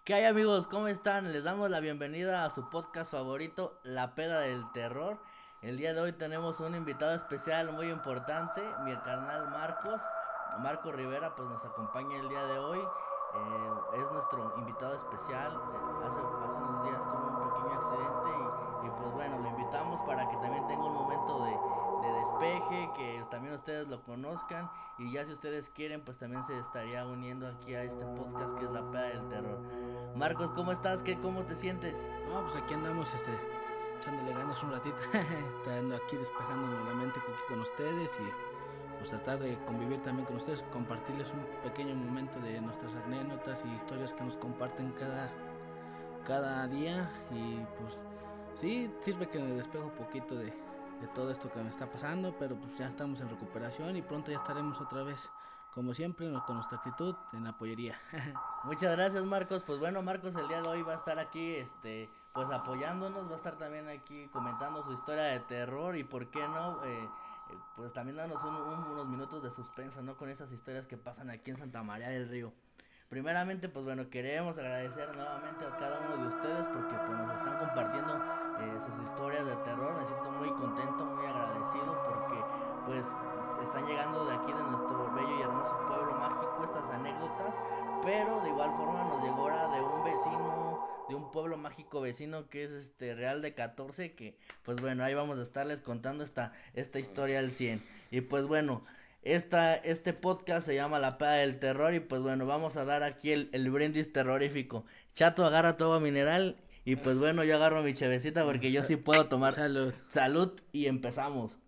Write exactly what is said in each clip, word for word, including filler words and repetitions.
¿Qué hay, amigos? ¿Cómo están? Les damos la bienvenida a su podcast favorito, La Peda del Terror. El día de hoy tenemos un invitado especial muy importante, mi carnal Marcos. Marco Rivera pues nos acompaña el día de hoy. Eh, es nuestro invitado especial. Eh, hace, hace unos días tuvo un pequeño accidente y, y pues bueno, lo invitamos para que también tenga un momento de, de despeje, que también ustedes lo conozcan y ya si ustedes quieren pues también se estaría uniendo aquí a este podcast que es La Peda del Terror. Marcos, ¿cómo estás? ¿Qué, ¿Cómo te sientes? No, pues aquí andamos este, echándole ganas un ratito, estando aquí despejándonos la mente aquí con ustedes y pues tratar de convivir también con ustedes, compartirles un pequeño momento de nuestras anécdotas y historias que nos comparten cada, cada día y pues sí, sirve que me despejo un poquito de, de todo esto que me está pasando, pero pues ya estamos en recuperación y pronto ya estaremos otra vez, como siempre, con nuestra actitud en la pollería. Muchas gracias, Marcos. Pues bueno, Marcos el día de hoy va a estar aquí, este, pues apoyándonos, va a estar también aquí comentando su historia de terror y por qué no, eh, eh, pues también darnos un- un- unos minutos de suspenso, ¿no? Con esas historias que pasan aquí en Santa María del Río. Primeramente, pues bueno, queremos agradecer nuevamente a cada uno de ustedes porque pues nos están compartiendo eh, sus historias de terror. Me siento muy contento, muy agradecido porque pues están llegando de aquí de nuestro bello y hermoso pueblo mágico estas anécdotas, pero de igual forma nos llegó ahora de un vecino, de un pueblo mágico vecino que es este Real de catorce, que pues bueno, ahí vamos a estarles contando esta, esta historia al cien. Y pues bueno, esta, este podcast se llama La Peda del Terror y pues bueno, vamos a dar aquí el, el brindis terrorífico. Chato agarra todo mineral y pues bueno, yo agarro mi chevecita porque yo Sa- sí puedo tomar. Salud. Salud y empezamos.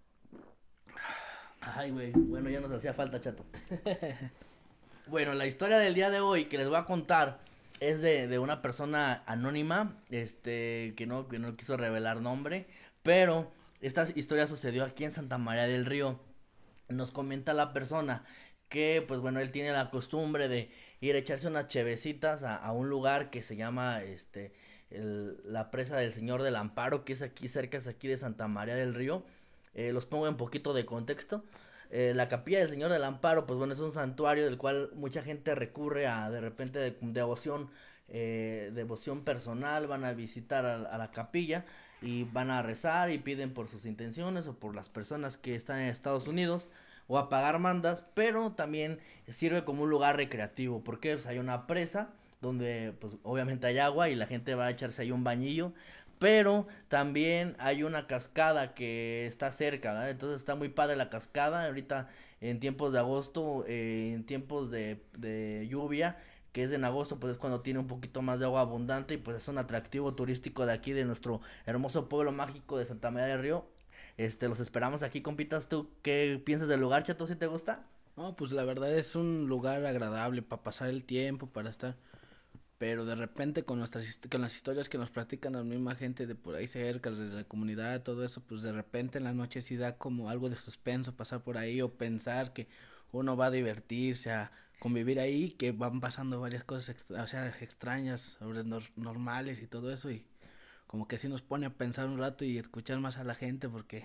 Ay, güey, bueno, ya nos hacía falta, chato. Bueno, la historia del día de hoy que les voy a contar es de, de una persona anónima, este, que no, que no quiso revelar nombre, pero esta historia sucedió aquí en Santa María del Río. Nos comenta la persona que, pues bueno, él tiene la costumbre de ir a echarse unas chevecitas a, a un lugar que se llama, este, el- la presa del Señor del Amparo, que es aquí cerca, es aquí de Santa María del Río. Eh, los pongo en poquito de contexto. Eh, la capilla del Señor del Amparo, pues bueno, es un santuario del cual mucha gente recurre a de repente de, devoción, eh, devoción personal, van a visitar a, a la capilla y van a rezar y piden por sus intenciones o por las personas que están en Estados Unidos o a pagar mandas, pero también sirve como un lugar recreativo porque pues, hay una presa donde pues obviamente hay agua y la gente va a echarse ahí un bañillo, pero también hay una cascada que está cerca, ¿verdad? Entonces está muy padre la cascada. Ahorita en tiempos de agosto, eh, en tiempos de, de lluvia, que es en agosto, pues es cuando tiene un poquito más de agua abundante y pues es un atractivo turístico de aquí, de nuestro hermoso pueblo mágico de Santa María del Río. Este, los esperamos aquí, compitas. ¿Tú qué piensas del lugar, Chato? ¿Si te gusta? No, pues la verdad es un lugar agradable para pasar el tiempo, para estar, pero de repente con nuestras hist- con las historias que nos platican la misma gente de por ahí cerca, de la comunidad, todo eso, pues de repente en la noche sí da como algo de suspenso pasar por ahí o pensar que uno va a divertirse, a convivir ahí, que van pasando varias cosas, extra- o sea, extrañas, sobre nor- normales y todo eso y como que sí nos pone a pensar un rato y escuchar más a la gente porque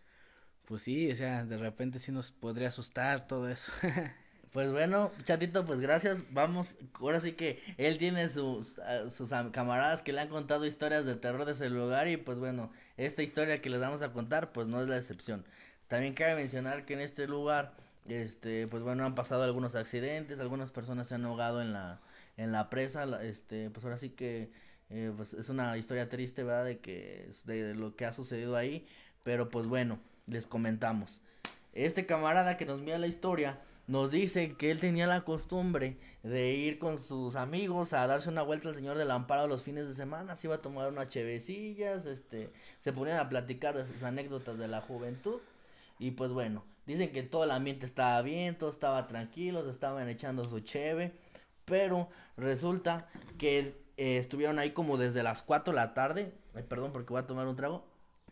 pues sí, o sea, de repente sí nos podría asustar todo eso. Pues bueno, Chatito, pues gracias. Vamos, ahora sí que él tiene sus, a- sus am- camaradas que le han contado historias de terror de ese lugar y pues bueno, esta historia que les vamos a contar pues no es la excepción. También cabe mencionar que en este lugar, este, pues bueno, han pasado algunos accidentes, algunas personas se han ahogado en la, en la presa, la- este, pues ahora sí que eh, pues es una historia triste, ¿verdad? De que, de lo que ha sucedido ahí, pero pues bueno, les comentamos. Este camarada que nos envía la historia nos dice que él tenía la costumbre de ir con sus amigos a darse una vuelta al Señor del Amparo los fines de semana, se iba a tomar unas chevecillas, este, se ponían a platicar de sus anécdotas de la juventud y pues bueno, dicen que todo el ambiente estaba bien, todo estaba tranquilo, se estaban echando su cheve, pero resulta que eh, estuvieron ahí como desde las cuatro de la tarde, ay, perdón porque voy a tomar un trago,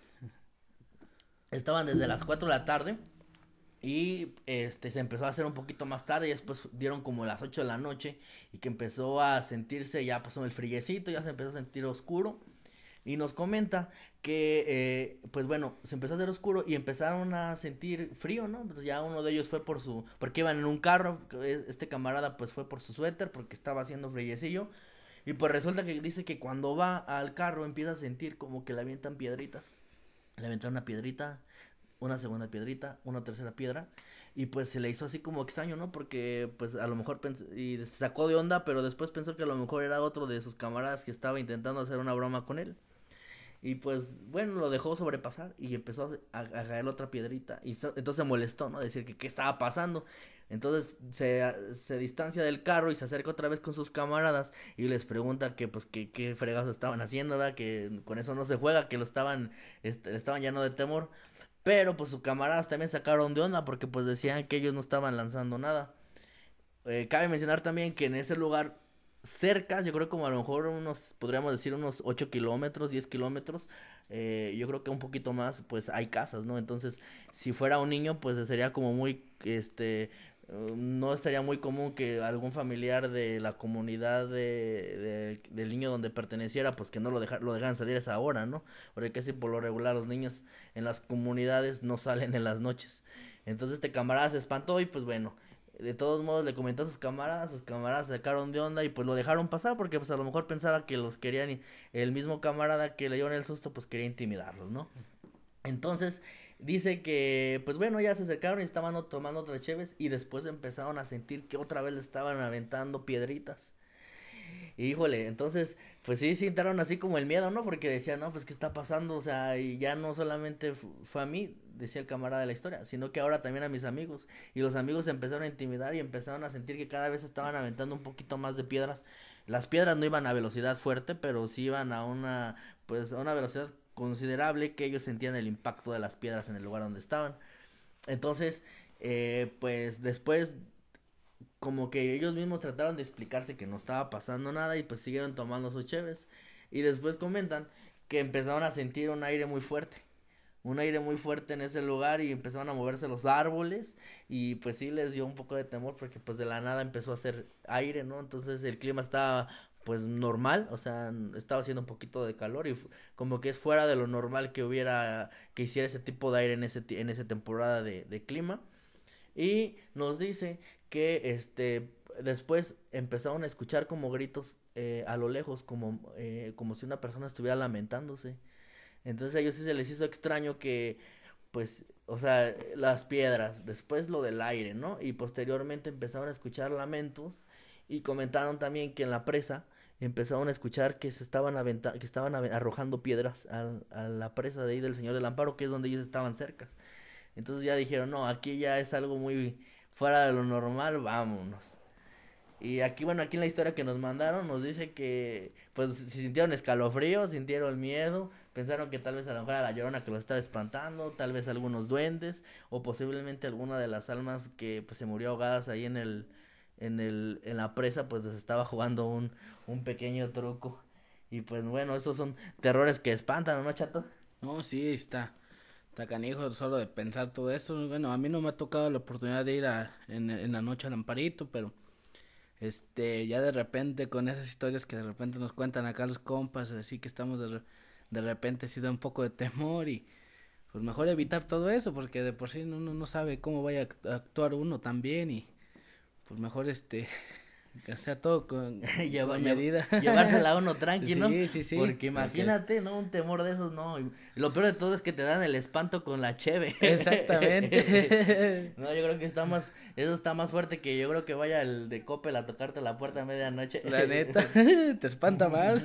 estaban desde las cuatro de la tarde y este se empezó a hacer un poquito más tarde y después dieron como las ocho de la noche y que empezó a sentirse, ya pasó el friecito, ya se empezó a sentir oscuro y nos comenta que eh, pues bueno, se empezó a hacer oscuro y empezaron a sentir frío, ¿no? Entonces ya uno de ellos fue por su, porque iban en un carro, este camarada pues fue por su suéter porque estaba haciendo friecillo Y pues resulta que dice que cuando va al carro empieza a sentir como que le avientan piedritas. Le avientan una piedrita, una segunda piedrita, una tercera piedra. Y pues se le hizo así como extraño, ¿no? Porque pues a lo mejor pensó, y se sacó de onda, pero después pensó que a lo mejor era otro de sus camaradas que estaba intentando hacer una broma con él. Y pues bueno, lo dejó sobrepasar y empezó a, a caer otra piedrita. Y so, entonces se molestó, ¿no? Decir que qué estaba pasando. Entonces se, se distancia del carro y se acerca otra vez con sus camaradas y les pregunta que pues que qué fregados estaban haciendo, ¿verdad? Que con eso no se juega, que lo estaban, este, estaban llenos de temor. Pero pues sus camaradas también sacaron de onda porque pues decían que ellos no estaban lanzando nada. Eh, cabe mencionar también que en ese lugar cerca, yo creo como a lo mejor unos, podríamos decir unos ocho kilómetros, diez kilómetros, eh, yo creo que un poquito más, pues hay casas, ¿no? Entonces, si fuera un niño, pues sería como muy, este, uh, no sería muy común que algún familiar de la comunidad de, de- del niño donde perteneciera, pues que no lo, deja, lo dejaran salir a esa hora, ¿no? Porque casi por lo regular los niños en las comunidades no salen en las noches. Entonces este camarada se espantó y pues bueno, de todos modos le comentó a sus camaradas, sus camaradas se sacaron de onda y pues lo dejaron pasar porque pues a lo mejor pensaba que los querían, y el mismo camarada que le dio en el susto pues quería intimidarlos, ¿no? Entonces dice que pues bueno, ya se acercaron y estaban o- tomando otras cheves y después empezaron a sentir que otra vez le estaban aventando piedritas. Y híjole, entonces, pues sí, sintieron así como el miedo, ¿no? Porque decían, no, pues, ¿qué está pasando? O sea, y ya no solamente fu- fue a mí, decía el camarada de la historia, sino que ahora también a mis amigos. Y los amigos se empezaron a intimidar y empezaron a sentir que cada vez estaban aventando un poquito más de piedras. Las piedras no iban a velocidad fuerte, pero sí iban a una, pues, a una velocidad considerable que ellos sentían el impacto de las piedras en el lugar donde estaban. Entonces, eh, pues después como que ellos mismos trataron de explicarse que no estaba pasando nada y pues siguieron tomando sus cheves. Y después comentan que empezaron a sentir un aire muy fuerte. Un aire muy fuerte en ese lugar y empezaron a moverse los árboles y pues sí les dio un poco de temor porque pues de la nada empezó a hacer aire, ¿no? Entonces el clima estaba pues normal, o sea, n- estaba haciendo un poquito de calor y fu- como que es fuera de lo normal que hubiera, que hiciera ese tipo de aire en ese, ti- en esa temporada de, de clima. Y nos dice que este después empezaron a escuchar como gritos eh, a lo lejos, como, eh, como si una persona estuviera lamentándose. Entonces a ellos sí se les hizo extraño que, pues, o sea, las piedras, después lo del aire, ¿no? Y posteriormente empezaron a escuchar lamentos y comentaron también que en la presa empezaron a escuchar que se estaban aventa que estaban ave- arrojando piedras al- a la presa de ahí del Señor del Amparo, que es donde ellos estaban cerca. Entonces ya dijeron, no, aquí ya es algo muy fuera de lo normal, vámonos. Y aquí, bueno, aquí en la historia que nos mandaron nos dice que, pues, si sintieron escalofríos, sintieron miedo, pensaron que tal vez a lo mejor era la Llorona que los estaba espantando, tal vez algunos duendes, o posiblemente alguna de las almas que, pues, se murió ahogadas ahí en el, en el, en la presa, pues, les estaba jugando un, un pequeño truco. Y, pues, bueno, esos son terrores que espantan, ¿no, chato? No, sí, está. Está canijo solo de pensar todo eso. Bueno, a mí no me ha tocado la oportunidad de ir a, en, en la noche al Amparito, pero este, ya de repente con esas historias que de repente nos cuentan acá los compas, así que estamos de, re- de repente sí da un poco de temor y pues mejor evitar todo eso porque de por sí uno no sabe cómo vaya a act- a actuar uno también y pues mejor este, que sea todo con, Lleva- con lleva- medida. llevársela a uno tranqui, ¿no? Sí, sí, sí, Porque porque imagínate, ¿no? Un temor de esos, no. Y lo peor de todo es que te dan el espanto con la cheve. exactamente. No, yo creo que está más, eso está más fuerte que yo creo que vaya el de Coppel a tocarte la puerta a medianoche. La neta, te espanta más.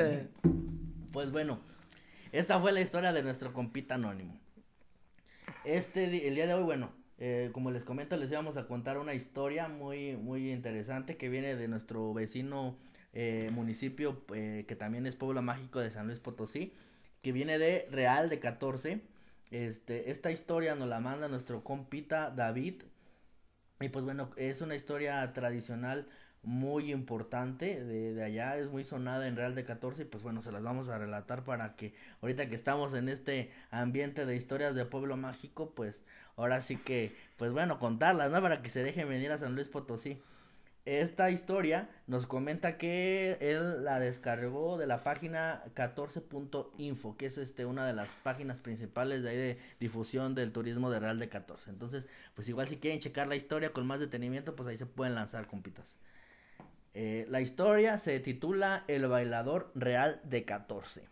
Pues bueno, esta fue la historia de nuestro compita anónimo. Este, di- el día de hoy, bueno, eh, como les comento, les íbamos a contar una historia muy, muy interesante que viene de nuestro vecino eh, municipio, eh, que también es pueblo mágico de San Luis Potosí, que viene de Real de catorce. Este, esta historia nos la manda nuestro compita David, y pues bueno, es una historia tradicional muy importante de, de allá, es muy sonada en Real de catorce y pues bueno, se las vamos a relatar para que ahorita que estamos en este ambiente de historias de pueblo mágico, pues ahora sí que, pues bueno, contarlas, ¿no? Para que se dejen venir a San Luis Potosí. Esta historia nos comenta que él la descargó de la página catorce punto info, que es este una de las páginas principales de ahí de difusión del turismo de Real de catorce. Entonces, pues igual si quieren checar la historia con más detenimiento, pues ahí se pueden lanzar, compitas. Eh, la historia se titula El bailador real de catorce.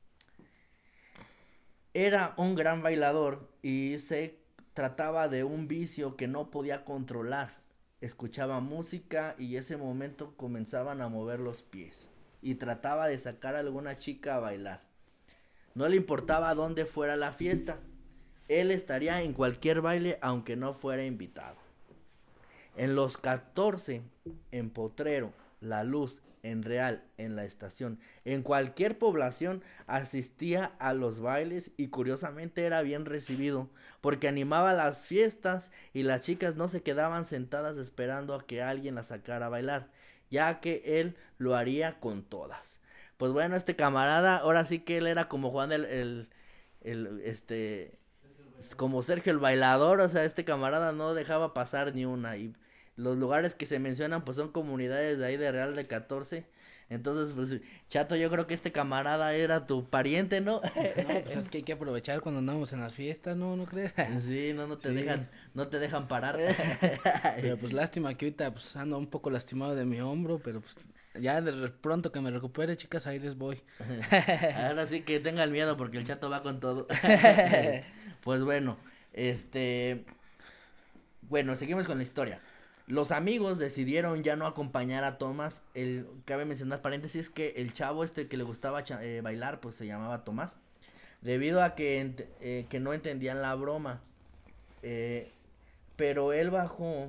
Era un gran bailador y se trataba de un vicio que no podía controlar. Escuchaba música y ese momento comenzaban a mover los pies y trataba de sacar a alguna chica a bailar. No le importaba dónde fuera la fiesta. Él estaría en cualquier baile aunque no fuera invitado. En los catorce, en Potrero, La Luz, en Real, en la estación, en cualquier población asistía a los bailes y curiosamente era bien recibido porque animaba las fiestas y las chicas no se quedaban sentadas esperando a que alguien las sacara a bailar, ya que él lo haría con todas. Pues bueno, este camarada, ahora sí que él era como Juan el, el, el este, como Sergio el bailador, o sea, este camarada no dejaba pasar ni una y los lugares que se mencionan pues son comunidades de ahí de Real de catorce. Entonces, pues, Chato, yo creo que este camarada era tu pariente, ¿no? No, pues es que hay que aprovechar cuando andamos en las fiestas, ¿no? ¿No crees? Sí, no, no te Sí. dejan, no te dejan parar. Pero pues lástima que ahorita pues ando un poco lastimado de mi hombro, pero pues ya de re- pronto que me recupere, chicas, ahí les voy. Ahora sí que tenga el miedo porque el Chato va con todo. Pues bueno, este, bueno, seguimos con la historia. Los amigos decidieron ya no acompañar a Tomás. El, cabe mencionar paréntesis que el chavo este que le gustaba cha- eh, bailar, pues se llamaba Tomás. Debido a que, ent- eh, que no entendían la broma. Eh, pero él bajó.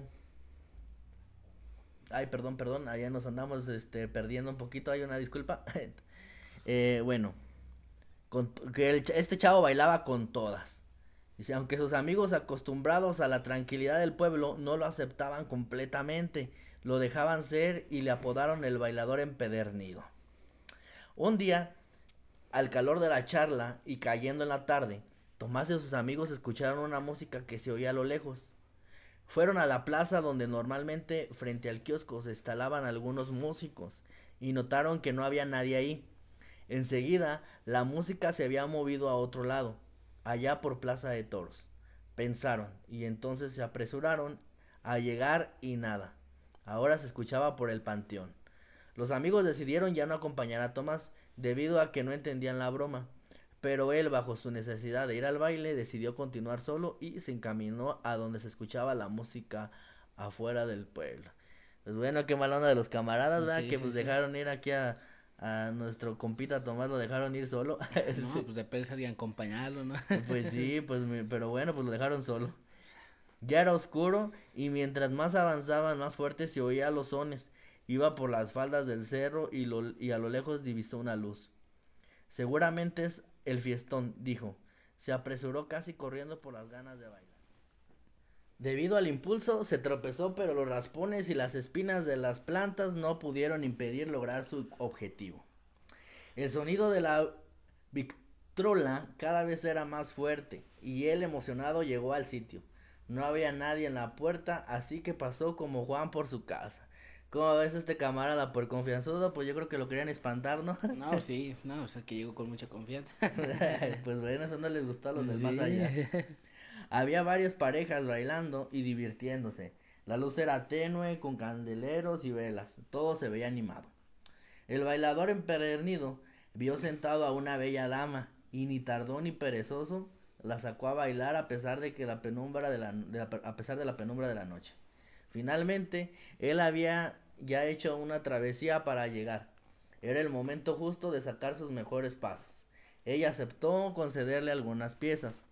Ay, perdón, perdón, allá nos andamos este, perdiendo un poquito, hay una disculpa. Eh, bueno, con, que el ch- este chavo bailaba con todas. Dice, aunque sus amigos acostumbrados a la tranquilidad del pueblo no lo aceptaban completamente, lo dejaban ser y le apodaron el bailador empedernido. Un día, al calor de la charla y cayendo en la tarde, Tomás y sus amigos escucharon una música que se oía a lo lejos. Fueron a la plaza donde normalmente frente al kiosco se instalaban algunos músicos y notaron que no había nadie ahí. Enseguida la música se había movido a otro lado, allá por Plaza de Toros. Pensaron y entonces se apresuraron a llegar y nada. Ahora se escuchaba por el panteón. Los amigos decidieron ya no acompañar a Tomás debido a que no entendían la broma. Pero él, bajo su necesidad de ir al baile, decidió continuar solo y se encaminó a donde se escuchaba la música afuera del pueblo. Pues bueno, qué mala onda de los camaradas, ¿verdad? Sí, Que sí, pues sí. dejaron ir aquí a, a nuestro compita Tomás, lo dejaron ir solo. No, pues de pensaría en acompañarlo, ¿no? Pues sí, pues mi- pero bueno, pues lo dejaron solo. Ya era oscuro y mientras más avanzaban, más fuerte se oía los sones. Iba por las faldas del cerro y, lo, y a lo lejos divisó una luz. Seguramente es el fiestón, dijo. Se apresuró casi corriendo por las ganas de bailar. Debido al impulso, se tropezó, pero los raspones y las espinas de las plantas no pudieron impedir lograr su objetivo. El sonido de la victrola cada vez era más fuerte, y él emocionado llegó al sitio. No había nadie en la puerta, así que pasó como Juan por su casa. ¿Cómo ves este camarada por confianzudo? Pues yo creo que lo querían espantar, ¿no? No, sí, no, o sea que llegó con mucha confianza. Pues bueno, eso no les gustó a los del Sí. más allá. Había varias parejas bailando y divirtiéndose. La luz era tenue, con candeleros y velas. Todo se veía animado. El bailador empedernido vio sentado a una bella dama y ni tardó ni perezoso la sacó a bailar a pesar de que la penumbra de la, de la- a pesar de la penumbra de la noche. Finalmente, él había ya hecho una travesía para llegar. Era el momento justo de sacar sus mejores pasos. Ella aceptó concederle algunas piezas.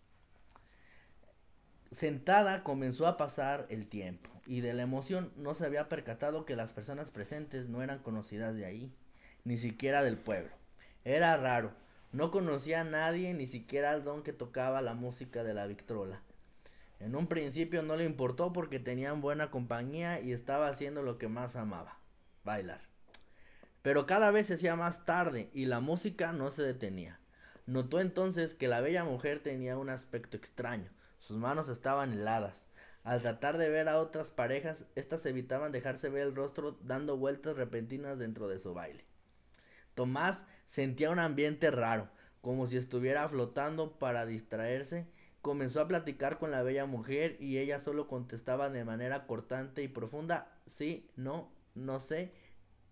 Sentada comenzó a pasar el tiempo y de la emoción no se había percatado que las personas presentes no eran conocidas de ahí, ni siquiera del pueblo. Era raro, no conocía a nadie, ni siquiera al don que tocaba la música de la victrola. En un principio no le importó porque tenían buena compañía y estaba haciendo lo que más amaba, bailar. Pero cada vez se hacía más tarde y la música no se detenía. Notó entonces que la bella mujer tenía un aspecto extraño. Sus manos estaban heladas. Al tratar de ver a otras parejas, éstas evitaban dejarse ver el rostro dando vueltas repentinas dentro de su baile. Tomás sentía un ambiente raro, como si estuviera flotando. Para distraerse, comenzó a platicar con la bella mujer y ella solo contestaba de manera cortante y profunda: sí, no, no sé,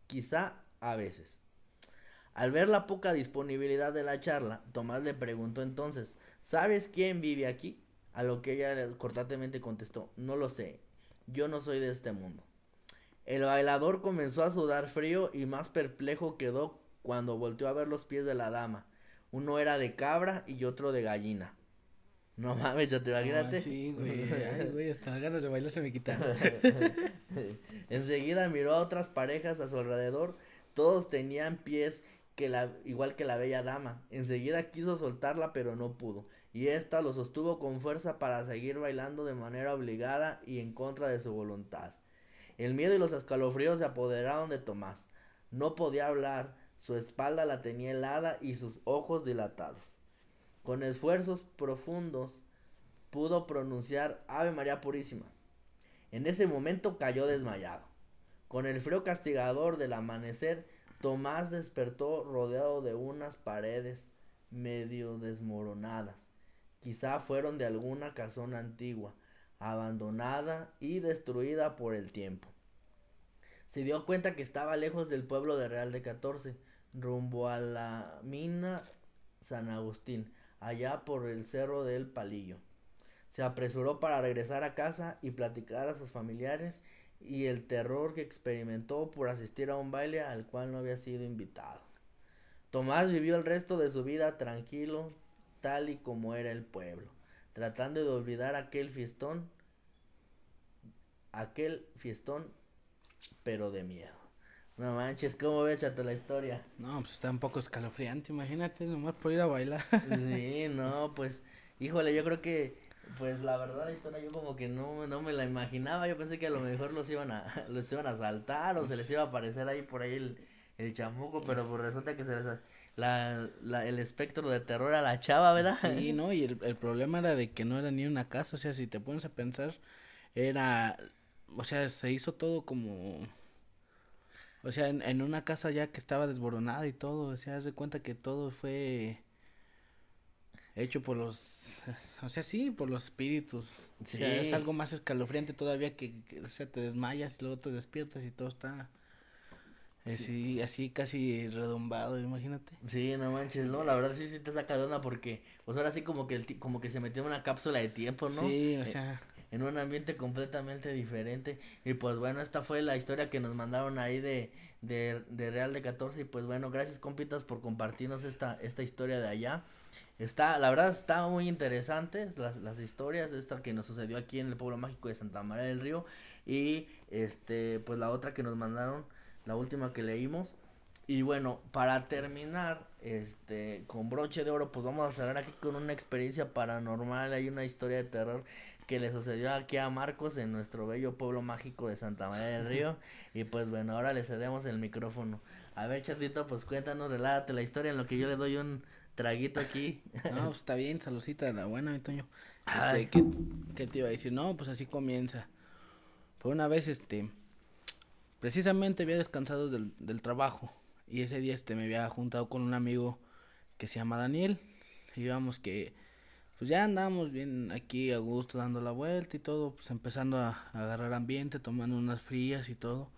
quizá a veces. Al ver la poca disponibilidad de la charla, Tomás le preguntó entonces, ¿sabes quién vive aquí? A lo que ella cortantemente contestó, no lo sé, yo no soy de este mundo. El bailador comenzó a sudar frío y más perplejo quedó cuando volteó a ver los pies de la dama. Uno era de cabra y otro de gallina. No mames, ya te imagínate. Ah, sí, güey. Ay, güey, hasta las ganas de bailar se me quitaron. Enseguida miró a otras parejas a su alrededor. Todos tenían pies que la, igual que la bella dama. Enseguida quiso soltarla, pero no pudo. Y ésta lo sostuvo con fuerza para seguir bailando de manera obligada y en contra de su voluntad. El miedo y los escalofríos se apoderaron de Tomás. No podía hablar, su espalda la tenía helada y sus ojos dilatados. Con esfuerzos profundos pudo pronunciar Ave María Purísima. En ese momento cayó desmayado. Con el frío castigador del amanecer, Tomás despertó rodeado de unas paredes medio desmoronadas. Quizá fueron de alguna casona antigua, abandonada y destruida por el tiempo. Se dio cuenta que estaba lejos del pueblo de Real de catorce, rumbo a la mina San Agustín, allá por el cerro del Palillo. Se apresuró para regresar a casa y platicar a sus familiares y el terror que experimentó por asistir a un baile al cual no había sido invitado. Tomás vivió el resto de su vida tranquilo, tal y como era el pueblo, tratando de olvidar aquel fiestón, aquel fiestón, pero de miedo. No manches, ¿cómo ves, Chato, la historia? No, pues está un poco escalofriante, imagínate, nomás por ir a bailar. Sí, no, pues, híjole, yo creo que, pues, la verdad, la historia yo como que no, no me la imaginaba. Yo pensé que a lo mejor los iban a, los iban a asaltar o se les iba a aparecer ahí por ahí el, el chamuco, pero pues resulta que se les, la, la, el espectro de terror a la chava, ¿verdad? Sí, no, y el, el problema era de que no era ni una casa, o sea, si te pones a pensar, era, o sea, se hizo todo como, o sea, en, en una casa ya que estaba desboronada y todo, o sea, haz de cuenta que todo fue hecho por los, o sea, sí, por los espíritus. Sí. O sea, es algo más escalofriante todavía que, que, o sea, te desmayas y luego te despiertas y todo está así, sí. así casi redombado, imagínate. Sí, no manches, no, la verdad sí, sí te saca de onda porque, pues ahora sí como que el como que se metió en una cápsula de tiempo, ¿no? Sí, o sea. Eh, en un ambiente completamente diferente. Y pues bueno, esta fue la historia que nos mandaron ahí de, de, de Real de catorce. Y pues bueno, gracias compitas por compartirnos esta, esta historia de allá. Está, la verdad está muy interesantes las, las historias de esta que nos sucedió aquí en el pueblo mágico de Santa María del Río. Y este, pues la otra que nos mandaron, la última que leímos. Y bueno, para terminar, este, con broche de oro, pues vamos a cerrar aquí con una experiencia paranormal. Hay una historia de terror que le sucedió aquí a Marcos en nuestro bello pueblo mágico de Santa María del Río. Y pues bueno, ahora le cedemos el micrófono. A ver, Chatito, pues cuéntanos, relátate la historia en lo que yo le doy un traguito aquí. No, pues está bien, saludcita, la buena, mi Toño. Este, ¿qué, ¿qué te iba a decir? No, pues así comienza. Fue una vez, este, precisamente había descansado del, del trabajo. Y ese día, este, me había juntado con un amigo que se llama Daniel. Y íbamos que, pues ya andábamos bien aquí a gusto dando la vuelta y todo, pues empezando a, a agarrar ambiente, tomando unas frías y todo.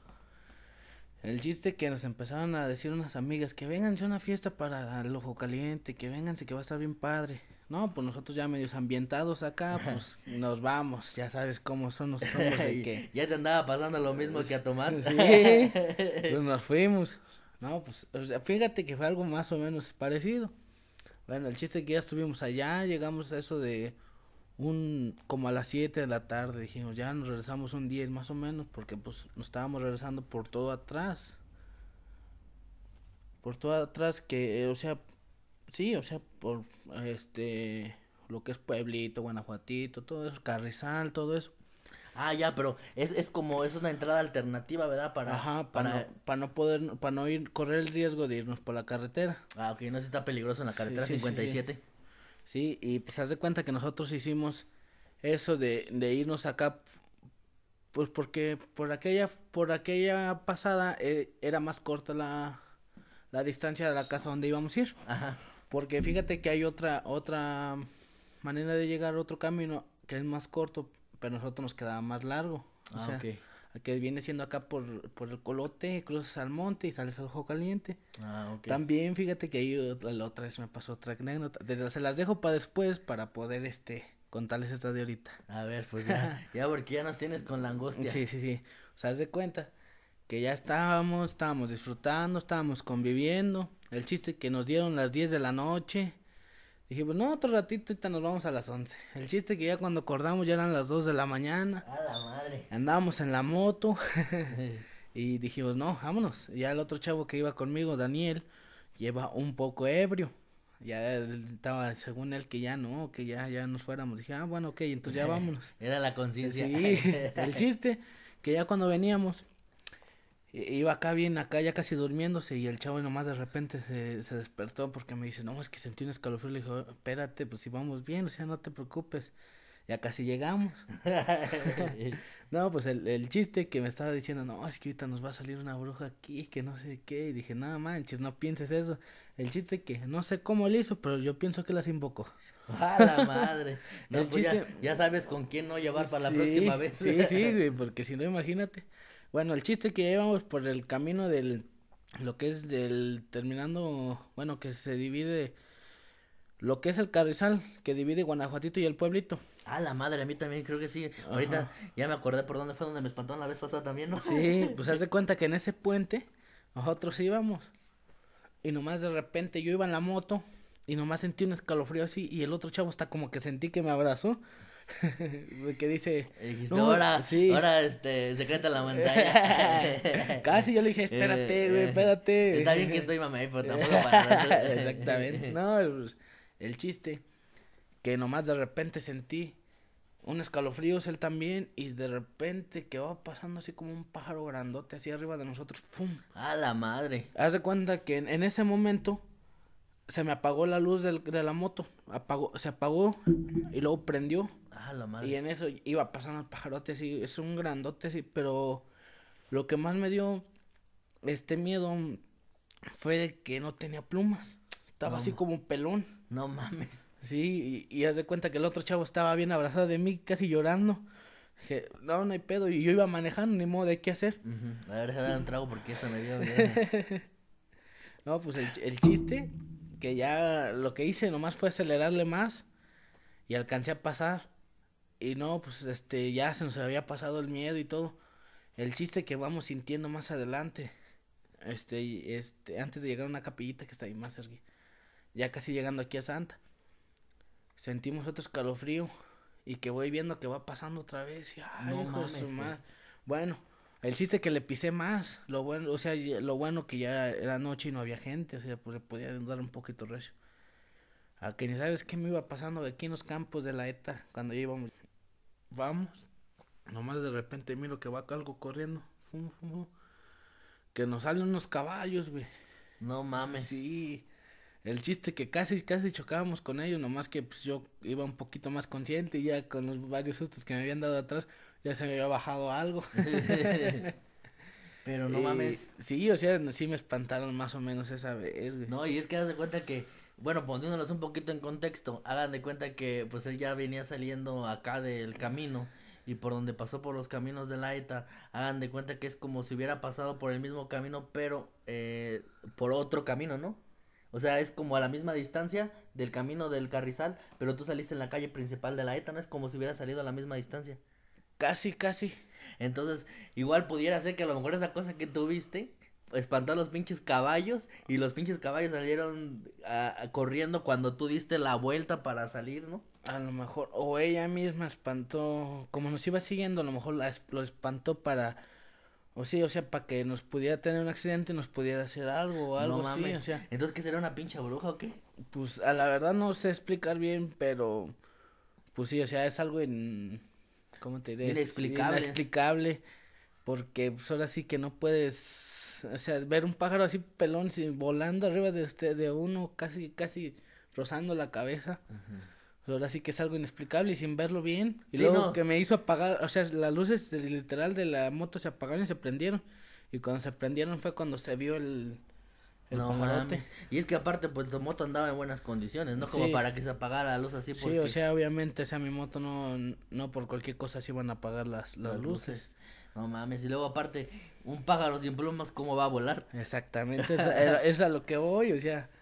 El chiste que nos empezaron a decir unas amigas que vénganse a una fiesta para el Ojo Caliente, que vénganse que va a estar bien padre. No, pues nosotros ya medios ambientados acá, pues nos vamos, ya sabes cómo son nosotros de que... Ya te andaba pasando lo mismo que a Tomás. Sí, pues nos fuimos. No, pues o sea, fíjate que fue algo más o menos parecido. Bueno, el chiste que ya estuvimos allá, llegamos a eso de un, como a las siete de la tarde, dijimos, ya nos regresamos un diez más o menos, porque pues nos estábamos regresando por todo atrás. Por todo atrás que, eh, o sea, sí, o sea, por este, lo que es Pueblito, Guanajuatito, todo eso, Carrizal, todo eso. Ah, ya, pero es, es como, es una entrada alternativa, ¿verdad? Para, Ajá, para, para... No, para no poder, para no ir, correr el riesgo de irnos por la carretera. Ah, ok, no sé si está peligroso en la carretera sí, sí, cincuenta y siete. Sí, sí. Sí, y pues haz de cuenta que nosotros hicimos eso de, de irnos acá, pues porque por aquella, por aquella pasada eh, era más corta la, la distancia de la casa donde íbamos a ir. Ajá. Porque fíjate que hay otra, otra manera de llegar, otro camino que es más corto, pero nosotros nos quedaba más largo. O ah, sea, okay. que viene siendo acá por, por el Colote, cruzas al monte y sales al Ojo Caliente. Ah, ok. También fíjate que ahí otra- la otra vez me pasó otra anécdota, desde- se las dejo para después para poder este contarles esta de ahorita. A ver, pues ya, ya porque ya nos tienes con la angustia. Sí, sí, sí, o sea, haz de cuenta que ya estábamos, estábamos disfrutando, estábamos conviviendo, el chiste que nos dieron las diez de la noche, dijimos, no, otro ratito, ahorita nos vamos a las once, el chiste que ya cuando acordamos ya eran las dos de la mañana, A la madre. andábamos en la moto, y dijimos, no, vámonos, ya el otro chavo que iba conmigo, Daniel, lleva un poco ebrio, ya él estaba, según él, que ya no, que ya, ya nos fuéramos, dije, ah, bueno, ok, entonces ya vámonos. Era la conciencia. Sí, el chiste, que ya cuando veníamos, i- iba acá bien, acá ya casi durmiéndose, y el chavo nomás de repente se, se despertó porque me dice, no, es que sentí un escalofrío, le dijo, espérate, pues si vamos bien, o sea, no te preocupes, ya casi llegamos. No, pues el, el chiste que me estaba diciendo, no, es que ahorita nos va a salir una bruja aquí, que no sé qué, y dije, no manches, no pienses eso, el chiste que no sé cómo le hizo, pero yo pienso que las invocó. A la madre. No, El pues ya, chiste- ya sabes con quién no llevar para la Sí, próxima vez. Sí, sí, güey, porque si no, imagínate. Bueno, el chiste que íbamos por el camino del, lo que es del, terminando, bueno, que se divide, lo que es el Carrizal, que divide Guanajuatito y el pueblito. A la madre, a mí también creo que sí. Ahorita ya me acordé por dónde fue donde me espantó la vez pasada también, ¿no? Sí, pues haz de cuenta que en ese puente nosotros íbamos y nomás de repente yo iba en la moto y nomás sentí un escalofrío así y el otro chavo está como que sentí que me abrazó. Que dice, Y dijiste, no, ahora, sí. ahora, este, secreta la pantalla. Casi yo le dije, espérate, Eh, güey, eh, espérate. Está bien que estoy mamey, pero tampoco para... Exactamente. No, el, el chiste, que nomás de repente sentí un escalofrío, él también, y de repente que va pasando así como un pájaro grandote así arriba de nosotros, ¡pum! A la madre. Haz de cuenta que en, en ese momento se me apagó la luz del, de la moto, apagó, se apagó y luego prendió. A la Y madre. en eso iba pasando el pajarote así, es un grandote así, pero lo que más me dio este miedo fue de que no tenía plumas, estaba No así ma- como un pelón, No mames. sí, y, y haz de cuenta que el otro chavo estaba bien abrazado de mí, casi llorando, dije, no, no hay pedo, y yo iba manejando, ni modo de qué hacer, Ujú. A ver, deja dar un trago porque eso me dio bien. no, pues el, ch- el chiste, que ya lo que hice nomás fue acelerarle más, y alcancé a pasar, y no, pues este, ya se nos había pasado el miedo y todo. El chiste que vamos sintiendo más adelante, este, y, este, antes de llegar a una capillita que está ahí más cerca, ya casi llegando aquí a Santa, sentimos otro escalofrío y que voy viendo que va pasando otra vez y ay, No hijo de mames, su güey. madre. Bueno, el chiste que le pisé más, lo bueno, o sea, y- lo bueno que ya era noche y no había gente, o sea, pues le podía dar un poquito recio. A que ni sabes qué me iba pasando aquí en los campos de la ETA cuando ya íbamos. Vamos, nomás de repente miro que va algo corriendo, fum, fum, fum, que nos salen unos caballos, güey. No mames. Sí, el chiste que casi, casi chocábamos con ellos, nomás que pues yo iba un poquito más consciente y ya con los varios sustos que me habían dado atrás, ya se me había bajado algo. Pero no Y mames. Sí, o sea, sí me espantaron más o menos esa vez, güey. No, y es que haz de cuenta que, bueno, poniéndolos un poquito en contexto, hagan de cuenta que pues él ya venía saliendo acá del camino y por donde pasó por los caminos de la ETA, hagan de cuenta que es como si hubiera pasado por el mismo camino, pero eh, por otro camino, ¿no? O sea, es como a la misma distancia del camino del Carrizal, pero tú saliste en la calle principal de la ETA, ¿no? Es como si hubiera salido a la misma distancia. Casi, casi. Entonces, igual pudiera ser que a lo mejor esa cosa que tuviste espantó a los pinches caballos y los pinches caballos salieron a- a- corriendo cuando tú diste la vuelta para salir, ¿no? A lo mejor, o ella misma espantó, como nos iba siguiendo, a lo mejor la, es- lo espantó para, o sí, o sea, para que nos pudiera tener un accidente, nos pudiera hacer algo o algo No así, mames. o sea, Entonces, ¿qué será una pinche bruja o qué? pues a la verdad no sé explicar bien, pero, pues sí, o sea, es algo en, ¿cómo te diré? Es Inexplicable. inexplicable, porque pues ahora sí que no puedes, o sea, ver un pájaro así pelón, sin, volando arriba de usted, de uno, casi, casi rozando la cabeza. Ahora sí que es algo inexplicable y sin verlo bien. Y Sí, luego no. que me hizo apagar, o sea, las luces de- literal de la moto se apagaron y se prendieron. Y cuando se prendieron fue cuando se vio el, el No pajarote. mames. Y es que aparte, pues tu moto andaba en buenas condiciones, ¿no? Como Sí. para que se apagara la luz así porque Sí, o sea, obviamente, o sea, mi moto no, no por cualquier cosa se iban a apagar las, las, las luces. No mames, y luego aparte, un pájaro sin plumas, ¿cómo va a volar? Exactamente, es, a- es a lo que voy, o sea,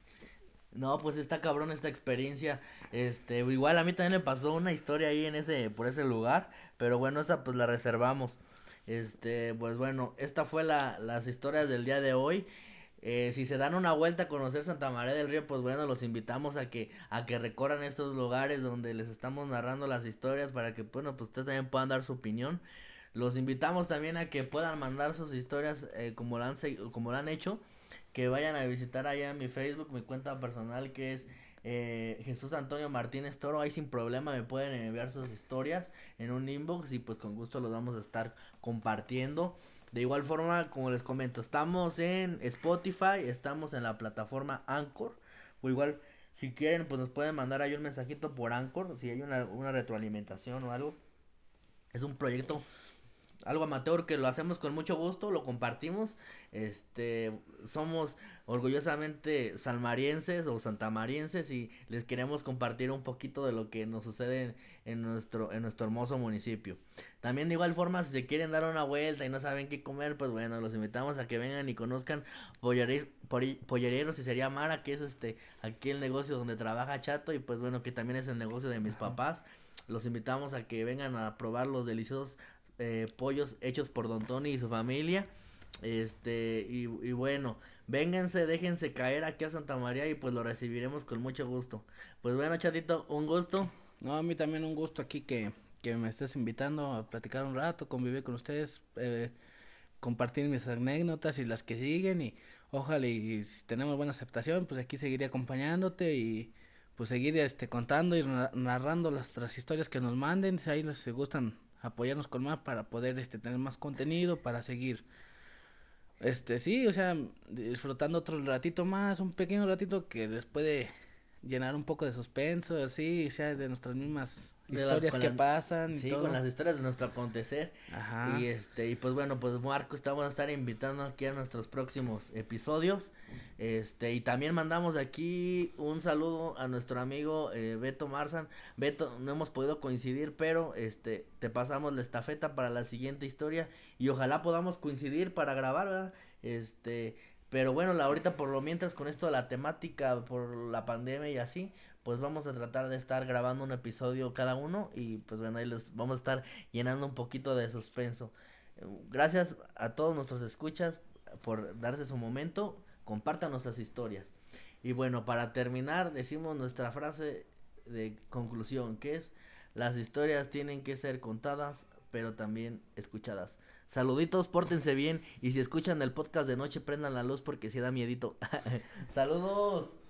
No, pues está cabrón esta experiencia. Este, igual a mí también me pasó una historia ahí en ese, por ese lugar, pero bueno, esa pues la reservamos. Este, pues bueno, esta fue la, las historias del día de hoy. Eh, si se dan una vuelta a conocer Santa María del Río, pues bueno, los invitamos a que, a que recorran estos lugares donde les estamos narrando las historias para que, bueno, pues ustedes también puedan dar su opinión. Los invitamos también a que puedan mandar sus historias eh, como, lo han, se- como lo han hecho, que vayan a visitar allá en mi Facebook, mi cuenta personal que es eh, Jesús Antonio Martínez Toro, ahí sin problema me pueden enviar sus historias en un inbox y pues con gusto los vamos a estar compartiendo. De igual forma, como les comento, estamos en Spotify, estamos en la plataforma Anchor, o igual si quieren pues nos pueden mandar ahí un mensajito por Anchor, si hay una, una retroalimentación o algo. Es un proyecto algo amateur que lo hacemos con mucho gusto, lo compartimos. Este, somos orgullosamente salmarienses o santamarienses y les queremos compartir un poquito de lo que nos sucede en, en nuestro en nuestro hermoso municipio. También de igual forma, si se quieren dar una vuelta y no saben qué comer, pues bueno, los invitamos a que vengan y conozcan Pollereros, Pollereros y sería Mara, que es este aquí el negocio donde trabaja Chato y pues bueno, que también es el negocio de mis papás. Los invitamos a que vengan a probar los deliciosos eh, pollos hechos por Don Tony y su familia. Este, y, y bueno, vénganse, déjense caer aquí a Santa María y pues lo recibiremos con mucho gusto. Pues bueno, Chatito, un gusto. no, a mí también un gusto aquí que, que me estés invitando a platicar un rato, convivir con ustedes, eh, compartir mis anécdotas y las que siguen y ojalá y, si tenemos buena aceptación, pues aquí seguiré acompañándote y pues seguir este contando y na- narrando las, las historias que nos manden, si ahí les gustan apoyarnos con más para poder este tener más contenido, para seguir este sí, o sea, disfrutando otro ratito más, un pequeño ratito que les puede llenar un poco de suspenso, así, o sea, de nuestras mismas De la, historias con que la- pasan y sí, todo. con las historias de nuestro acontecer. Ajá. Y este, y pues bueno, pues Marco, estamos a estar invitando aquí a nuestros próximos episodios. Este, y también mandamos aquí un saludo a nuestro amigo eh, Beto Marzan. Beto, no hemos podido coincidir, pero este, te pasamos la estafeta para la siguiente historia. Y ojalá podamos coincidir para grabar, ¿verdad? Este, pero bueno, la, ahorita por lo mientras con esto de la temática, por la pandemia y así, pues vamos a tratar de estar grabando un episodio cada uno y pues bueno, ahí les vamos a estar llenando un poquito de suspenso. Eh, Gracias a todos nuestros escuchas por darse su momento, compartan nuestras historias. Y bueno, para terminar, decimos nuestra frase de conclusión, que es, las historias tienen que ser contadas, pero también escuchadas. Saluditos, pórtense bien y si escuchan el podcast de noche, prendan la luz porque si da miedito. Saludos.